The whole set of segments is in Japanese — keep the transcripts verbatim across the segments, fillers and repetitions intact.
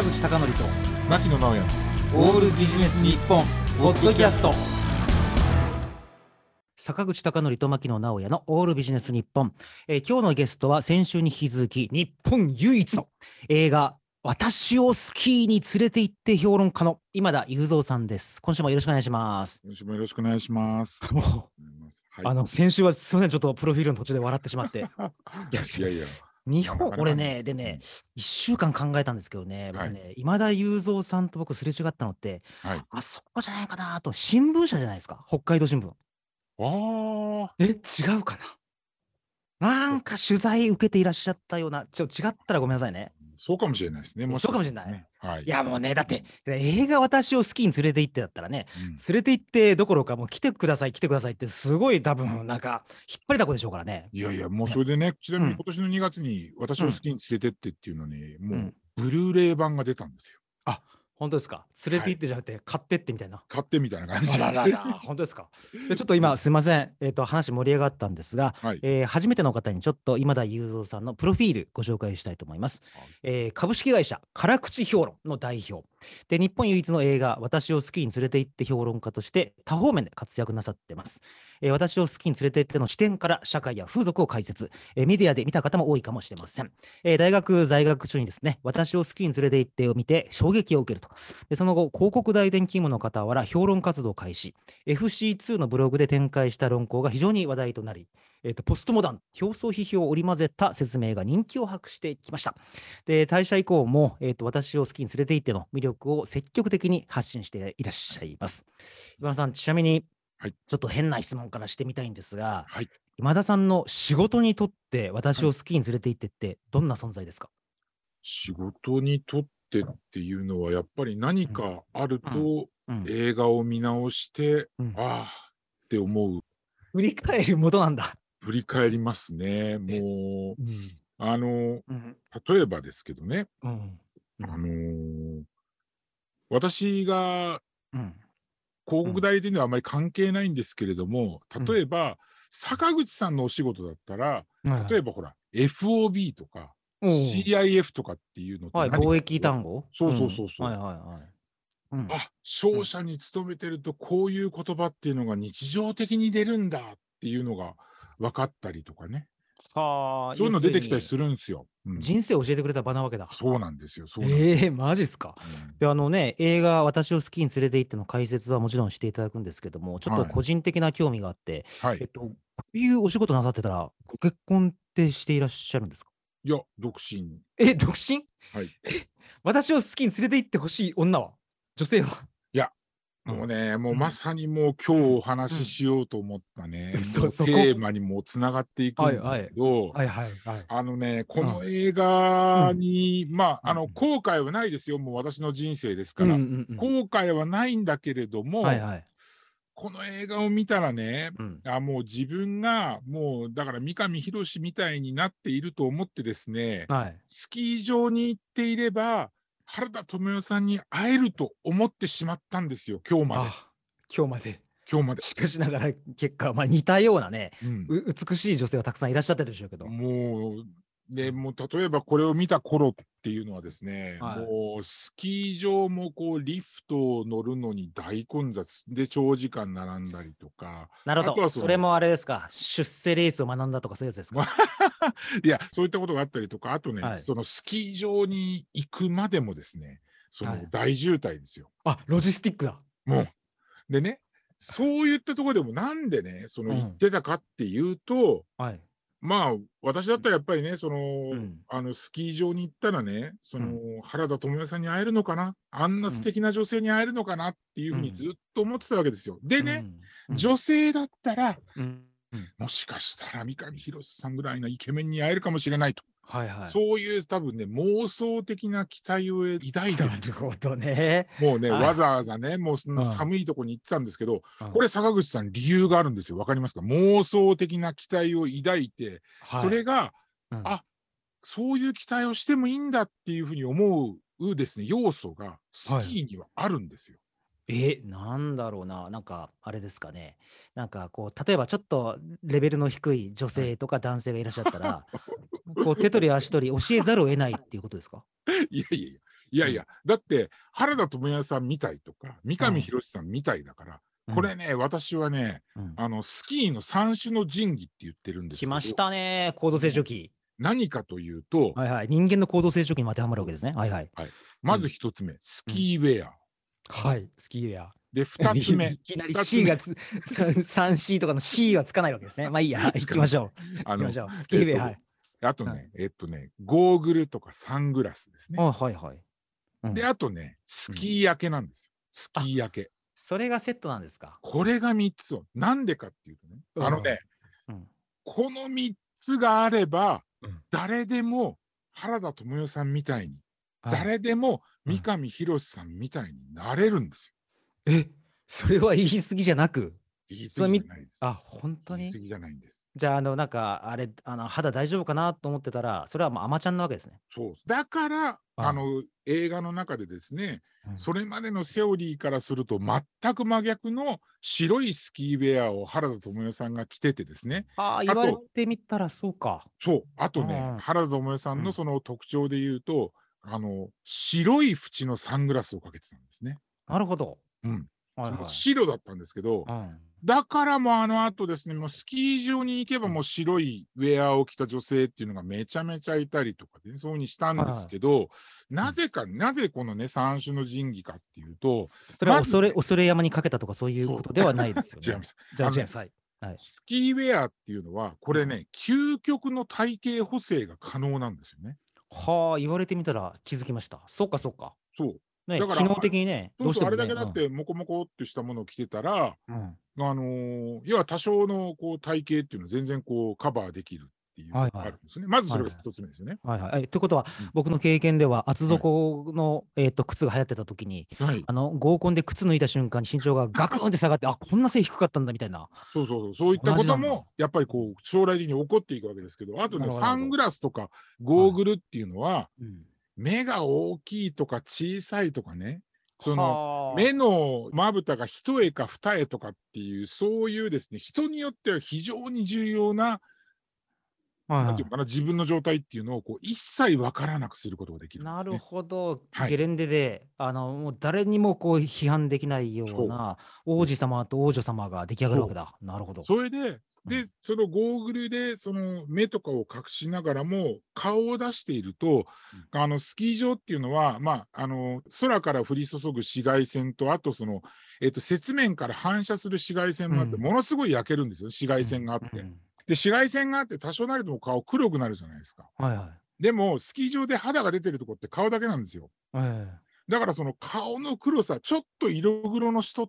坂口孝則と牧野直哉オールビジネス日本ポッドキャスト。坂口孝則と牧野直哉のオールビジネス日本、えー今日のゲストは先週に引き続き日本唯一の映画私をスキーに連れて行って評論家の今田雄三さんです。今週もよろしくお願いします。 今週もよろしくお願いしますもうはいあの先週はすみません、ちょっとプロフィールの途中で笑ってしまっていやいやいや日本なかなかね俺ねでね、いっしゅうかん考えたんですけどね、 はい僕ね今田雄三さんと僕すれ違ったのってはいあそこじゃないかなと。新聞社じゃないですか、北海道新聞。 ああえ違うかな。なんか取材受けていらっしゃったような、ちょ違ったらごめんなさいね。 そうかもしれないですね。もそうかもしれないたらねはいいやもうねだって映画私をスキーに連れて行ってだったらね、 うん連れて行ってどころかもう来てください来てくださいってすごい多分なんか引っ張りだこでしょうからね。 いやいやもうそれでね、ちなみうんに今年のにがつに私をスキーに連れてってっていうのに、もううんブルーレイ版が出たんですよ。 あ本当ですか。連れて行ってじゃなくて買ってってみたいな。 買ってみたいな感じであららら本当ですか。でちょっと今すいません、えー、と話盛り上がったんですが、 はいえー初めての方にちょっと今田雄三さんのプロフィールご紹介したいと思います。 はいえー株式会社辛口評論の代表で、日本唯一の映画私をスキーに連れて行って評論家として多方面で活躍なさってます。えー私をスキーに連れて行っての視点から社会や風俗を解説、えーメディアで見た方も多いかもしれません。えー大学在学中にですね、私をスキーに連れて行ってを見て衝撃を受けると。でその後広告代理店勤務の傍ら評論活動を開始、 エフシーツー のブログで展開した論考が非常に話題となり、えーとポストモダン競争批評を織り交ぜた説明が人気を博してきました。で退社以降も、えーと私をスキーに連れて行っての魅力を積極的に発信していらっしゃいます。今田さん、ちなみにはいちょっと変な質問からしてみたいんですが、 はい今田さんの仕事にとって私をスキーに連れて行ってってどんな存在ですか？ 仕事にとってっていうのはやっぱり何かあると、 うん、 映画を見直して、 うんああって思う。 振り返るもとなんだ。 振り返りますね。もううんあのうん例えばですけどね、 うんあのー私がうん広告代理店ではあまり関係ないんですけれども、 うん例えば坂口さんのお仕事だったら、 はい例えばほら エフオービー とかおうシーアイエフ とかっていうのってはい、 何か貿易単語。 そうそうそうそう、 んはいはいはい。うんあ、商社に勤めてるとこういう言葉っていうのが日常的に出るんだっていうのが分かったりとかね、 はあ、 そういうの出てきたりる。 するんですよ。うん人生を教えてくれた場なわけだ。 そうなんですよ。そうなんですよ。 ええマジっすか。 うんであのね、映画私をスキーに連れて行っての解説はもちろんしていただくんですけども、ちょっとはい個人的な興味があって、 はい。 えっと、こういうお仕事なさってたら、ご結婚ってしていらっしゃるんですか？ いや、独身。 え、独身？ はい。 私をスキーに連れて行ってほしい女は、女性は。 いや、 うんもうね、もううんまさにもう今日お話ししようと思ったね、もううんそそこテーマにもつながっていくんですけど、 はいはいはい。 あのね、この映画に、まあ、あの、 うん後悔はないですよ。もう私の人生ですうんうから。 んうん。 後悔はないんだけれども、 はいはい。 この映画を見たらね、 うんあもう自分がもうだから三上博史みたいになっていると思ってですね、 はい。 スキー場に行っていれば原田知世さんに会えると思ってしまったんですよ、今日まで。 あ、今日まで。 今日まで。 しかしながら結果、まあ、似たようなね、 うんう美しい女性はたくさんいらっしゃったでしょうけど。 もう、で、もう例えばこれを見た頃っていうのはですね、 はいもうスキー場もこうリフトを乗るのに大混雑で長時間並んだりとか、 なるほど。 あとはそのそれもあれですか、出世レースを学んだとかそういうやつですか。 いや、そういったことがあったりとか、あとね、 はいそのスキー場に行くまでもですね、そはいの大渋滞ですよ。 あ、ロジスティックだ。 もう。でね、そういったところでもなんでね、そのうん行ってたかっていうと、 はい。 まあ、私だったらやっぱりね、その、 んあの、スキー場に行ったらね、その、 う原田知世さんに会えるのかな、あんな素敵な女性に会えるのかなっていうふうにずっと思ってたわけですよ。でね、 うん、 女性だったら、 うんうんもしかしたら三上博史さんぐらいのイケメンに会えるかもしれないと。 はいはい。 そういう多分ね、妄想的な期待を抱いてなるほどね。 もうね、 はいわざわざね、もうそんなうん寒いとこに行ってたんですけど、 うんこれ坂口さん理由があるんですよ。わかりますか？妄想的な期待を抱いて、 はいそれが、 うんあ、そういう期待をしてもいいんだっていうふうに思うですね、要素がスキーにはあるんですよ。 え、なんだろうな、なんかあれですかね。なんかこう例えばちょっとレベルの低い女性とか男性がいらっしゃったら、こう手取り足取り教えざるを得ないっていうことですか？ いやいやいや、 いやいや、だって原田知世さんみたいとか三上博史さんみたいだから、 うん、 これね、私はね、 うん、 あのスキーの三種の神器って言ってるんですけど、 来ましたね、高度成長期。 何かというと、 はいはい。人間の高度成長期にも当てはまるわけですね。はいはい。 はい、まず一つ目、スキーウェア。 はい、スキーウェア。 で、二つ目。 いきなり二つ C 目。 がつ スリーシー とかの C はつかないわけですね。まあいいや、行きましょう。 あの、 行きましょう。スキーウェア、 えっと、 はい。 あとね、えっとね、ゴーグルとかサングラスですね。 あ、はいはい。うん、 で、あとね、スキー焼けなんですよ。スキー焼け。 それがセットなんですか。 これがみっつを。なんでかっていうとね、あのね、 うん、 このみっつがあれば、 うん、 誰でも原田知世さんみたいに、 はい、 誰でも三上博史さんみたいになれるんですよ。え、それは言い過ぎじゃなく。 言い過ぎじゃないです。 あ、本当に。 言い過ぎじゃないんです。 じゃあ、あの、なんか、あれ、あの、肌大丈夫かなと思ってたら、それはもうアマちゃんなわけですね。 そう。だから、 ああの、映画の中でですね、 うん、 それまでのセオリーからすると全く真逆の白いスキーウェアを原田知世さんが着ててですね。 ああ、言われてみたらそうか。 そう。あとね、 うん、 原田知世さんのその特徴で言うと、あの、白い縁のサングラスをかけてたんですね。 なるほど。 うん。そのはいはい。 白だったんですけど、 うん、 だからもうあの後ですね、もうスキー場に行けばもう白いウェアを着た女性っていうのがめちゃめちゃいたりとかで、そうにしたんですけど、なぜか、なぜこのね、三種の神器かっていうと、 それはまずね、 恐れ、恐れ山にかけたとかそういうそうことではないですよね。 違います。 じゃあ、 あのね、 違います。はい。はい。 スキーウェアっていうのは、これね、究極の体型補正が可能なんですよね。 はあ、言われてみたら気づきました。そうか、そうか。 そう。 ね、 だから、 機能あ的にね、 そうそう、あれだどうしてもね。 けだってモコモコってしたものを着てたら、 うん。うん。 あのー要は多少のこう体型っていうのを全然こうカバーできるっていうのはいはい。 があるんですね。まずそはいはい。 れが一つ目ですよね。 はいはい。え、ということは、 うん。 僕の経験では、厚はい。 底の、えっと、靴が流行ってた時に、 はい。 あの、合コンで靴脱いだ瞬間に身長がガクンって下がって、あ、こんな背低かったんだみたいな。 そうそうそう。そういった同じなんだ。 ことも、やっぱりうん。 こう、将来的に起こっていくわけですけど、あとね、 なるほどなるほど。 サングラスとかゴーはグルっていうのは、 い。うん。 目が大きいとか小さいとかね、その、目はあ。 のまぶたが一重か二重とかっていう、そういうですね、人によっては非常に重要な、 はいはい。 なんていうのかな、自分の状態っていうのをこう一切わからなくすることができるんでなるすね。 ほど。 はい。 ゲレンデで、あの、もう誰にもこう批判できないようそう。 なそう。 王子様と王女様が出来上がるわそう。 けだ。なるほど。 それで、で、 うん。 そのゴーグルで、その目とかを隠しながらも、顔を出していると、 うん。 あの、スキー場っていうのは、まあ、あの、空から降り注ぐ紫外線と、あとその、えっと、雪面から反射する紫外線もあって、 うん。 ものすごい焼けるんですよ、紫外線うん。 があって。 うん。 で、紫外線があって、多少なりとも顔黒くなるじゃないですか。 はいはい。 でも、スキー場で肌が出てるとこって顔だけなんですよ。 ええ。 だからその顔の黒さ、ちょっと色黒の人って、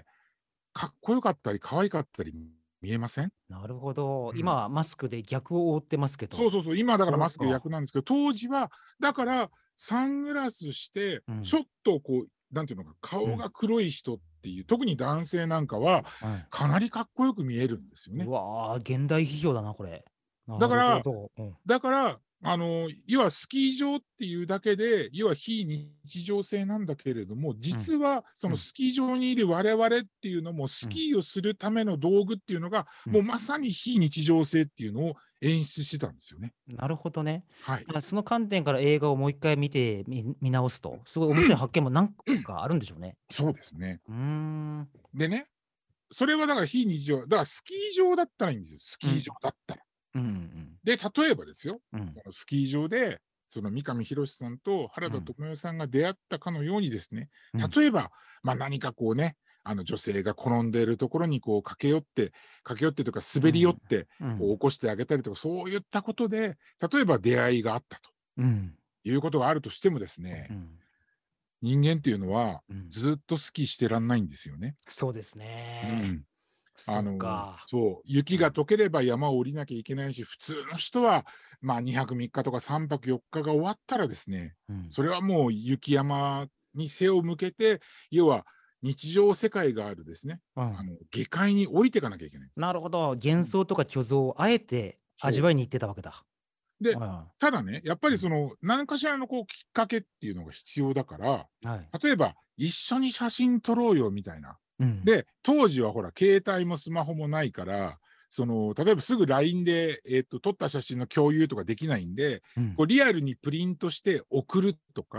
かっこよかったり可愛かったり見えません？ なるほど。 うん。 今はマスクで逆を覆ってますけど、 そうそうそう、今だからマスクそうか。 逆なんですけど、当時は、だからサングラスして、 うん。 ちょっとこう、なんていうのか、 うん。 顔が黒い人っていう、特に男性なんかは、 はい。 かなりかっこよく見えるんですよね。 うわあ、現代批評だな、これ。なるほだからど。うん。 だから、あの、要はスキー場っていうだけで、要は非日常性なんだけれども、 うん。 実はそうん。 のスキー場にいる我々っていうのも、 うん。 スキーをするための道具っていうのが、 うん。 もうまさに非日常性っていうのを演出してたんですよね。 なるほどね。 はい。 あ、その観点から映画をもう一回見てみ見直すと、すごい面白い発見も何かあるんでしょうね。 そうですね。 うーん。 でね、それはだから非日常、だからスキー場だったらいいんですよ、スキーうん。 場だったら。 うんうんで、例えばですよ、 うん。 このスキー場で、その三上博史さんと原田知うん。 世さんが出会ったかのようにですね、 うん。 例えば、まあ、何かこうね、あの女性が転んでいるところにこう駆け寄って、駆け寄ってとか滑り寄っうん。 て、 うん。 こう起こしてあげたりとか、そういったことで、例えば出会いがあったとうん。 いうことがあるとしてもですね、 うん。 人間っていうのはうん。 ずっとスキーしてらんないんですよね。 そうですね。 うん。あそっの、 か。 そう、雪がうん。 溶ければ山を降りなきゃいけないし、普通の人は、まあ、にはくみっかとかさんぱくよっかが終わったらですね、 うん。 それはもう雪山に背を向けて、要は日常世界があるですね、 うん。 あの、下界に降りていかなきゃいけないんです。 なるほど。 うん。 幻想とか虚像をあえてそう。 味わいに行ってたわけだ。 で、 はただね、やっぱい。うん。 りその、何かしらのこうきっかけっていうのが必要だから、 はい。 例えば、一緒に写真撮ろうよみたいな。 うん。 で、当時はほら、携帯もスマホもないから、その、例えばすぐ ライン で、えっと、撮った写真の共有とかできないんで、 うん。 こうリアルにプリントして送るとか、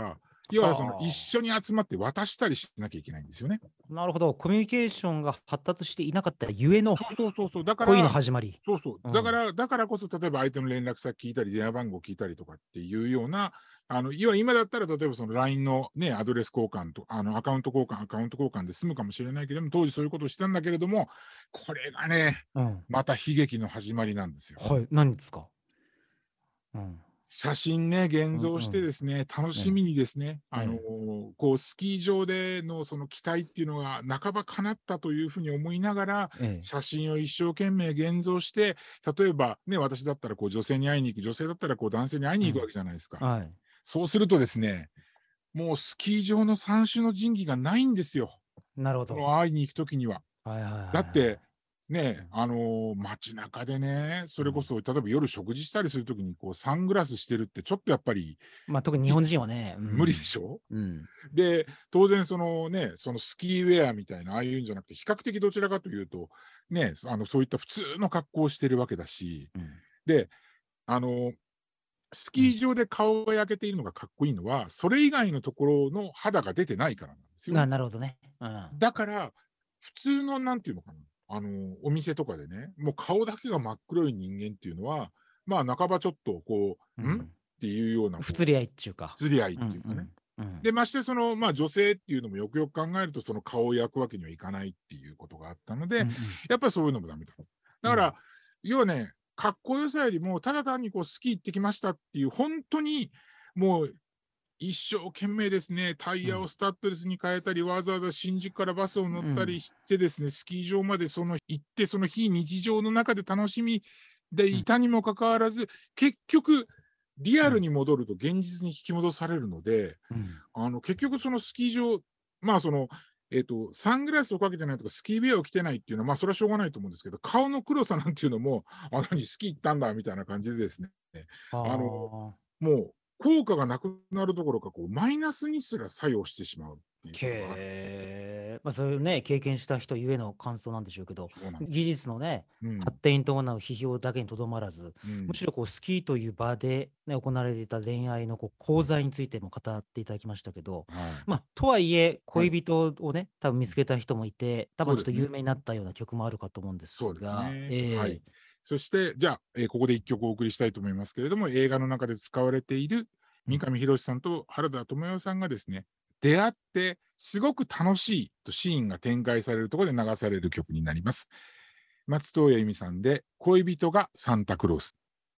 要はその一は緒に集まって渡したりしなきゃいけないんですよね。 あ、なるほど。コミュニケーションが発達していなかったゆえのそうそうそうそう。だか恋のら、 始まり。 そうそう。 うん。 だから、だからこそ、例えば相手の連絡先聞いたり、電話番号聞いたりとかっていうような、あの、要は今だったら、例えばその ライン のね、アドレス交換と、あの、アカウント交換、アカウント交換で済むかもしれないけれども、当時そういうことをしたんだけれども、これがね、 うん。 また悲劇の始まりなんですよ。 はい、何ですか？うん。 写真ね、現像しうんうん。 てですね、楽ええ、 しみにですね、あの、 ええ、 こうスキー場でのその期待っていうのが半ば叶ったというふうに思いながら、 ええ。 写真を一生懸命現像して、例えばね、私だったらこう女性に会いに行く、女性だったらこう男性に会いに行くわうん。 けじゃないですか。 はい。 そうするとですね、もうスキー場の三種の神器がないんですよ。 なるほど。 その会いに行くときには。 はいはいはいだって、 はね、 い。うん。 あの、街中でね、そうん。 れこそ例えば夜食事したりするときにこうサングラスしてるってちょっとやっぱりま、特に日本人はね、う無理でん。 しょ。 うん。 で、当然そのね、そのスキーウェアみたいな、ああいうんじゃなくて、比較的どちらかというと、ね、あの、そういった普通の格好をしてるわけだし、 うん。 で、あの、スうん。 キー場で顔が焼けているのがかっこいいのは、それ以外のところの肌が出てないからなんですよなね。 なるほどね。うん。 だから、普通のなんていうのかな、あの、お店とかでね、もう顔だけが真っ黒い人間っていうのは、まあ、半ばちょっとこう、んっうん。 ていうようなこう、 不釣り合いっちゅうか。 不釣り合いっうんていうかね。 うん。うん。 で、ましてその、まあ、女性っていうのもよくよく考えると、その顔を焼くわけにはいかないっていうことがあったので、 うんうん。 やっぱりそういうのもダメだと。だうん。 から、要はね、かっこよさよりも、ただ単にこうスキー行ってきましたっていう、本当にもう一生懸命ですね、タイうん。 ヤをスタッドレスに変えたり、わざわざ新宿からバスを乗ったりしてですね、スキー場までその行って、その非日常の中で楽しみでうん。 いたにもかかわらず、結局リアルうん。 に戻ると現実に引き戻されるので、 うん。 あの、結局そのスキー場、まあその、えっと、サングラスをかけてないとか、スキーウェアを着てないっていうのは、まあそれはしょうがないと思うんですけど、顔の黒さなんていうのも、あ、何スキー行ったんだみたいな感じでですね、 ああの、 あ。 もう効果がなくなるどころか、こうマイナスにすら作用してしまうっていうけことがある。 え。ま、そういうね、経験した人ゆえの感想なんでしょうけど、 そうなんです。 技術のね、 うん、 発展に伴う批評だけにとどまらず、 うん、 むしろこうスキーという場でね、行われていた恋愛のこう功罪についても語っていただきましたけど、 はい、 ま、とはいえ、 はい、 恋人をね、多分見つけた人もいて、多分ちょっとそうですね。 有名になったような曲もあるかと思うんでそうですすが、 ね。はい。 ええ、 そして、じゃあ、えーここで一曲お送りしたいと思いますけれども、映画の中で使われているうん。 三上博史さんと原田知世さんがですね、出会ってすごく楽しいとシーンが展開されるところで流される曲になります。松任谷由実さんで恋人がサンタクロース。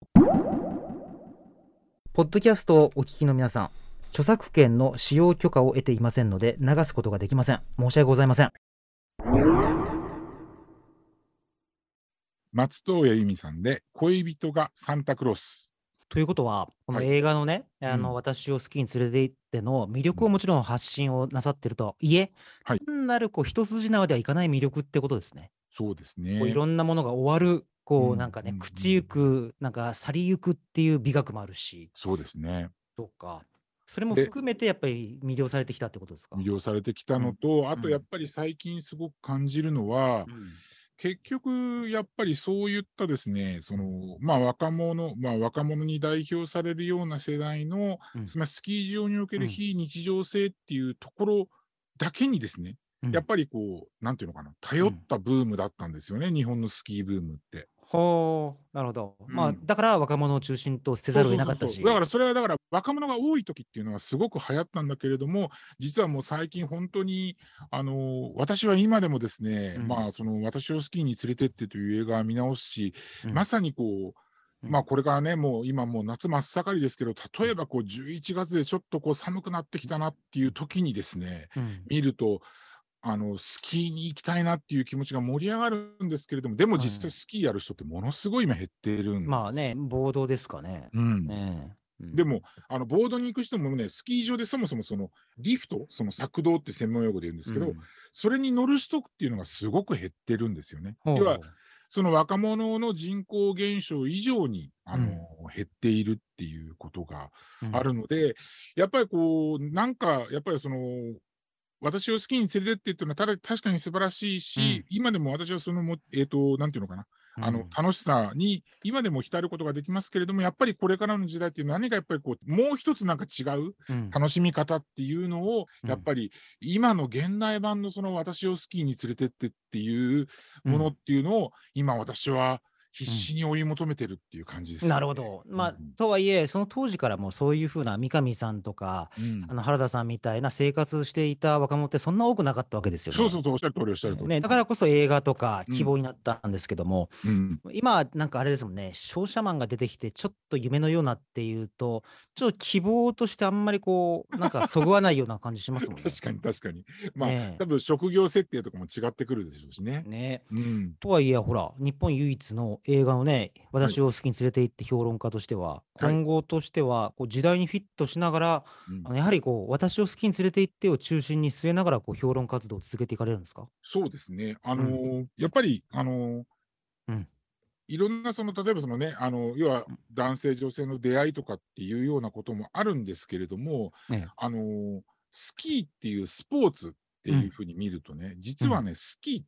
ポッドキャストをお聞きの皆さん、著作権の使用許可を得ていませんので流すことができません。申し訳ございません。 松任谷由実さんで恋人がサンタクロース。 ということは、このはい。 映画のね、あの、 うん。 私をスキーに連れて行っての魅うん。 力をもちろん発信をなさってるとはいえ、 はい。 単なるこう一筋縄ではいかない魅力ってことですね。 そうですこういね。 ろんなものが終わる、こうなんうん、うん、 かね、朽ちゆうん。 く、なんか去りゆくっていう美学もあるし、 そうですね。 そうか。それもで、 含めてやっぱり魅了されてきたってことですか？ 魅了されてきたうん。 のと、あうん。 とやっぱり最近すごく感じるのは、 うん。 結局やっぱりそういったですね、そうん。 の、まあ、若者まあ、若者に代表されるような世代の、 うん。 そのスキー場におけるうん。 非日常性っていうところだけにですね、 うん。 やっぱりこう、なんていうのかな、 うん。 頼ったブームだったんですよね、日本のスキーブームって。 ほう、なるほど。まあ、 うん。 だから若者を中心とせざそうるを得なかそうそうそう。だかったし。 らそれはだから若者が多い時っていうのはすごく流行ったんだけれども、実はもう最近本当に、あの、私は今でもですね、 うん。 まあ、その私をスキーに連れてってという映画は見直すし、 うん。 まさにこう、まあ、 うん。 これからね、もう今もう夏真っ盛りですけど、 うん。 例えばこうじゅういちがつでちょっとこう寒くなってきたなっていう時にですね、 うん。 見ると、あの、スキーに行きたいなっていう気持ちが盛り上がるんですけれども、でもはい。 実際スキーやる人ってものすごい今減ってるんです。 まあね、暴動ですかね。 うん。 ねえ。うん。 でも、あの、ボードに行く人もね、スキー場でそもそもその、リフト、その索道って専門用語で言うんですけど、 うん。 それに乗る人っていうのがすごく減ってるんですよね。要は、 ほうほその若者の人口減少以上に、あう。うの、 ん。 減っているっていうことがあうん。 るので、やっぱりこう、なんか、やっぱりその、私をスキーに連れてってっていうのは、ただ確かに素晴らしいし、 うん。 今でも私はそのもえっと、なんていうのかな。 あのうん。 楽しさに今でも浸ることができますけれども、やっぱりこれからの時代っていう何かやっぱりこう、もう一つなんか違ううん。 楽しみ方っていうのを、 うん。 やっぱり今の現代版のその私をスキーに連れてってっていうものっうん。 ていうのを、今私は必うん。 死に追い求めてるっていう感じですね。 なるほど。まあ、 うん。 とはいえ、その当時からもそういう風な三上さんとか、 うん。 あの、原田さんみたいな生活していた若者ってそんな多くなかったわけですよね。 そうそうそう、おっしゃる通りおっしゃる通り。 えね、だかはい。 らこそ映画とかうん。 希望になったんですけども、 うん。 今なんかあれですもんね、商社マンが出てきてちょっと夢のようなっていうと、ちょっと希望としてあんまりこう、なんかそぐわないような感じしますもんね。 確かに確かに。まあ、 ね多分職業設定とかも違ってくるでしょうしえ、 ね。 ねえ。 うん。 とはいえ、ほら、日本唯一の映画のね、 はい。 私を好きに連れて行って評論家としては、 はい。 今後としては、こう時代にフィットしながら、 うん。 あの、やはりこう、私を好きに連れて行ってを中心に据えながら、こう、評論活動を続けていかれるんですか？ そうですね。あうん、 の、やっぱり、あの、 うん、 いろんなその例えばそのね、あの、要はうん、 男性女性の出会いとかっていうようなこともあるんですけれども、 ええ、 あの、スキーっていうスポーツってうん、 いう風に見るとね、 うん、 実はね、スキーって、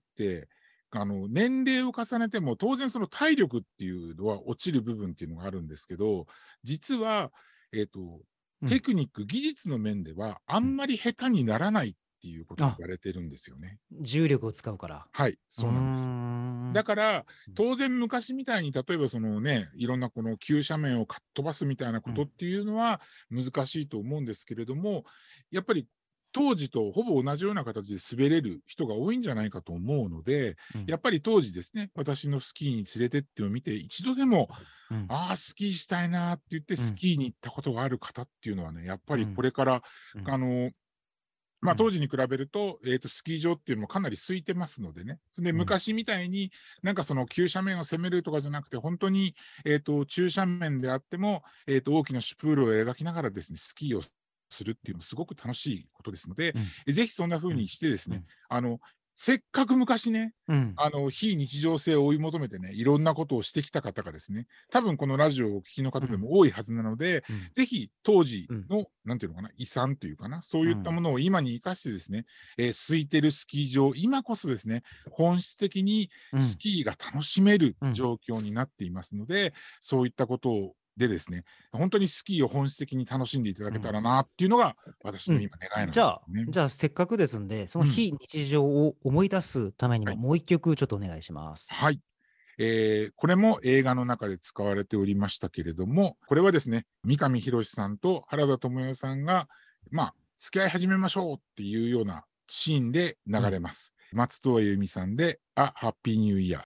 あの、年齢を重ねても当然その体力っていうのは落ちる部分っていうのがあるんですけど、実は、えっと、 うん、 テクニック、技術の面ではあうん。 んまり下手にならないっていうことがあ、 言われてるんですよね。 重力を使うから。 はい、 うーそうなんです。だん。 から、 うん、 当然昔みたいに例えばそのね、いろんなこの急斜面をかっ飛ばすみたいなうん、 ことっていうのは難しいと思うんですけれども、やっぱり当時とほぼ同じような形で滑れる人が多いんじゃないかと思うので、 うん、 やっぱり当時ですね、私のスキーに連れてってを見て、一度でも、 うん、 ああ、スキーしたいなって言ってうん、 スキーに行ったことがある方っていうのはね、やっぱりこうん、 れから、 うん、 あの、まあ、 うん、 当時に比べると、えっと、スキー場っていうのもかなり空いてますのでね。で、 うん、 昔みたいに、なんかその急斜面を攻めるとかじゃなくて、本当に、えっと、中斜面であっても、えっと、大きなシュプールを描きながらですね、スキーをするっていうのすごく楽しいことですので、 うん、 えぜひそんな風うん、 にしてですね、 うん、 あの、せっかく昔ね、 うん、 あの、非日常性を追い求めてね、いろんなことをしてきた方がですね、多分このラジオをお聞きの方でうん、 も多いはずなので、 うん、 ぜひ当時うん、 の、なんていうのかな、遺産というかな、そういったうん、 ものを今に生かしてですね、えー空いてるスキー場、今こそですね、本質的にうん、 スキーが楽しめるうん。 状況になっていますので、そういったことをでですね、本当にスキーを本質的に楽しんでいただけたうん。 らなっていうのが、私うん。 の今願いなんじゃあですよね。 じゃあ、せっかくですんで、そのうん。 非日常を思い出すためにも、 はい。 もう一曲ちょっとお願いします。 はい。えーこれも映画の中で使われておりましたけれども、これはですね、三上博史さんと原田知世さんが、まあ、付き合い始めましょうっていうようなシーンで流うん。 れます。松任谷由実さんで、A Happy New Year。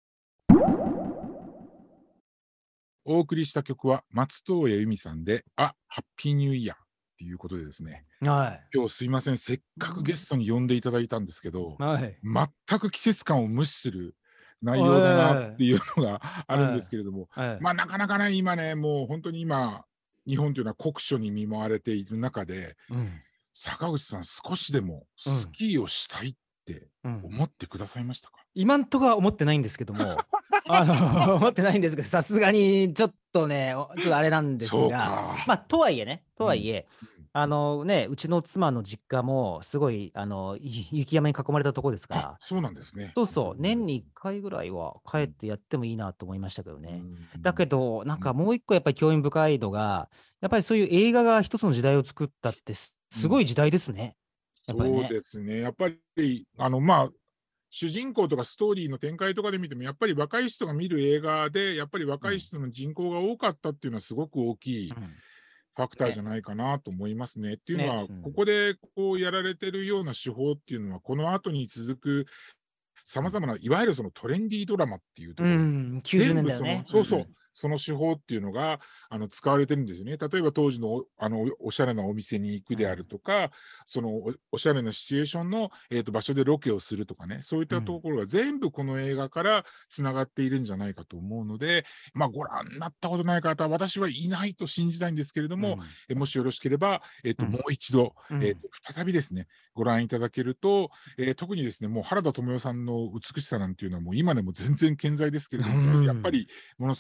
お送りした曲は松任谷由実さんで、A Happy New Year っていうことでですね、 はい。 今日すいません、せっかくゲストに呼んでいただいたんですけど、 はい。 全く季節感を無視する内容だなっええ。 ていうのがあるんでえすけれども、 え。ええ。 まあ、なかなかね、今ね、もう本当に今、日本というのは酷暑に見舞われている中で、 うん。 坂口さん少しでもスうん。 キーをしたいってうん。 思ってくださいましたか？ 今んとこは思ってないんですけども、あの、思ってないんですけど、さすがにちょっとね、おちょっとあれなんですそうが、 か。 ま、とはいえね、とうん。 はいえ、 うん。 あの、ね、うちの妻の実家もすごい、あの、い雪山に囲まれたとこですかあ、 ら、 そうなんですね。 そううそう、年ん。 にいっかいぐらいは帰うん。 ってやってもいいなと思いましたけどうね。だん。 けど、なんうん。 かもう一個やっぱり興味深いのが、やっぱりそういう映画が一つの時代を作ったってすうん。 すごい時代ですね。やっぱりそうね。 ですね。やっぱり、あの、まあ、主人公とかストーリーの展開とかで見ても、やっぱり若い人が見る映画で、やっぱりうん。 若い人の人口が多かったっていうのはすごく大きいうん。 ファクターじね、 ゃないかなと思いますね。っていうのね、 は、 うん。 ここでこうやられてるような手法っていうのは、この後に続くうん。 様々な、いわゆるそのトレンディードラマっていうとうころ、 ん、90 全部その年だよね。うそうそう、 ん。 その手法っていうのが、あの、使われてるんですよね。例えば当時のおあの、おおしゃれなお店に行くであるうん。 とか、その、おおしゃれなシチュエーションの、えっと、場所でロケをするとかね、そういったとうん。 ころが全部この映画から繋がっているんじゃないかと思うので、ま、ご覧になったことない方は、私はいないと信じたいんですけれども、 うん。 え、もしよろしければ、えっと、 うん。 もう一度、えっと、 うん。 再びですね、ご覧いただけると、えー特にですね、もう原田知世さんの美しさなんていうのはもう今でも全然健在ですけれうども、やっぱん。 りものすごく可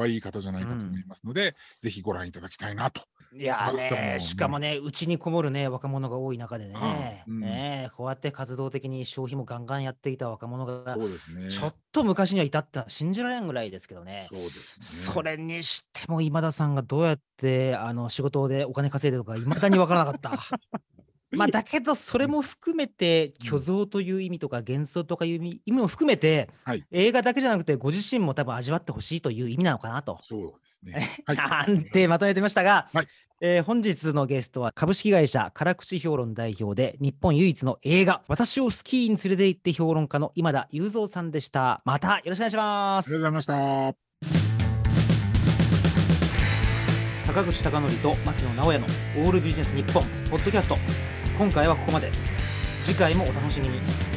愛い方じゃないかと思いますので、うん、ぜひご覧いただきたいなと。 いやね、しかもね、うちにこもるね、若者が多い中でね、うんね、こうやって活動的に消費もガンガンやっていた若者が、 そうですね、 ちょっと昔にはいたってのは信じられんぐらいですけどね。 そうですね。 それにしても今田さんがどうやってあの仕事でお金稼いでるのか、いまだに分からなかった。まあだけどそれも含めて虚像という意味とか幻想とかいう意味、意味も含めて、はい、映画だけじゃなくてご自身も多分味わってほしいという意味なのかなと。 そうですね。はい、 なんてまとめてましたが、 はい、 えー、本日のゲストは株式会社辛口評論代表で日本唯一の映画私をスキーに連れて行って評論家の今田雄三さんでした。またよろしくお願いします。 ありがとうございました。 坂口孝則と牧野直哉のオールビジネス日本ポッドキャスト、今回はここまで。次回もお楽しみに。